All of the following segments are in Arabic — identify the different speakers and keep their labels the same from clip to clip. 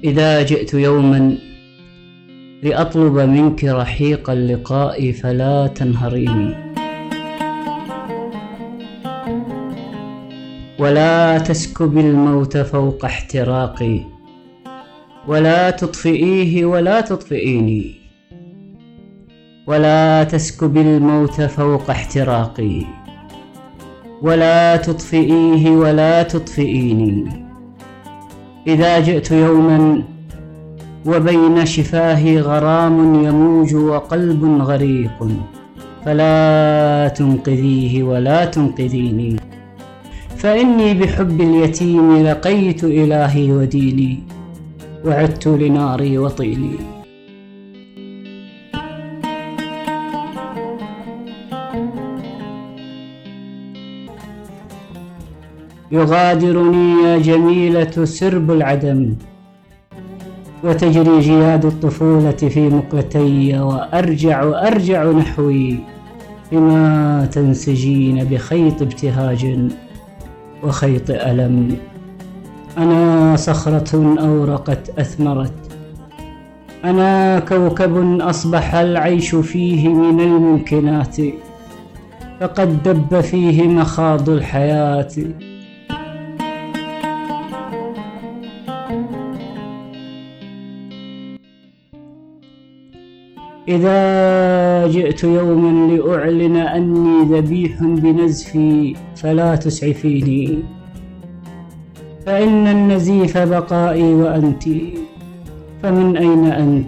Speaker 1: إذا جئت يوما لأطلب منك رحيق اللقاء فلا تنهريني، ولا تسكب الموت فوق احتراقي، ولا تطفئيه ولا تطفئيني، ولا تسكب الموت فوق احتراقي، ولا تطفئيه ولا تطفئيني. إذا جئت يوما وبين شفاهي غرام يموج وقلب غريق فلا تنقذيه ولا تنقذيني، فإني بحب اليتيم لقيت إلهي وديني، وعدت لناري وطيني. يغادرني يا جميلة سرب العدم، وتجري جياد الطفولة في مقلتي، وأرجع نحوي بما تنسجين بخيط ابتهاج وخيط ألم. أنا صخرة أورقت أثمرت، أنا كوكب أصبح العيش فيه من الممكنات، فقد دب فيه مخاض الحياة. إذا جئت يوما لأعلن أني ذبيح بنزفي فلا تسعفيني، فإن النزيف بقائي وأنت، فمن أين أنت؟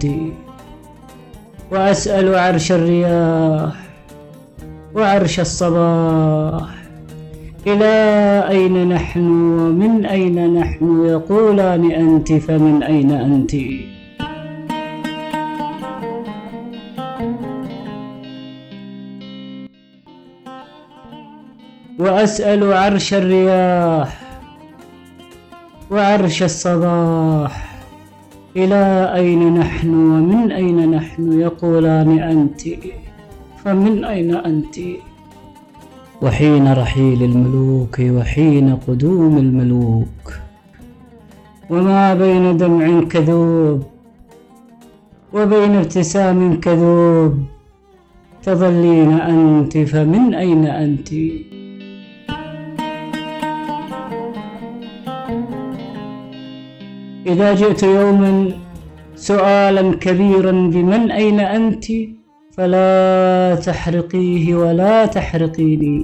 Speaker 1: وأسأل عرش الرياح وعرش الصباح، إلى أين نحن ومن أين نحن؟ يقولان أنت، فمن أين أنت؟ وأسأل عرش الرياح وعرش الصباح، إلى أين نحن ومن أين نحن؟ يقولان أنت، فمن أين أنت؟ وحين رحيل الملوك وحين قدوم الملوك، وما بين دمع كذوب وبين ابتسام كذوب، تظلين أنت، فمن أين أنت؟ إذا جئت يوما سؤالا كبيرا بمن أين أنت، فلا تحرقيه ولا تحرقيني.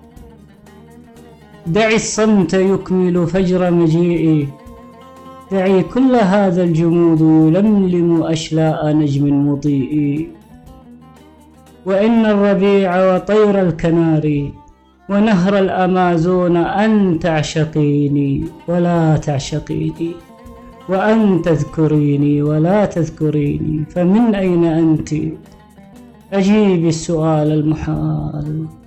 Speaker 1: دعي الصمت يكمل فجر مجيئي، دعي كل هذا الجمود يلملم أشلاء نجم مضيء. وإن الربيع وطير الكناري ونهر الأمازون أن تعشقيني ولا تعشقيني، وأن تذكريني ولا تذكريني، فمن أين أنت؟ أجيبي السؤال المحال.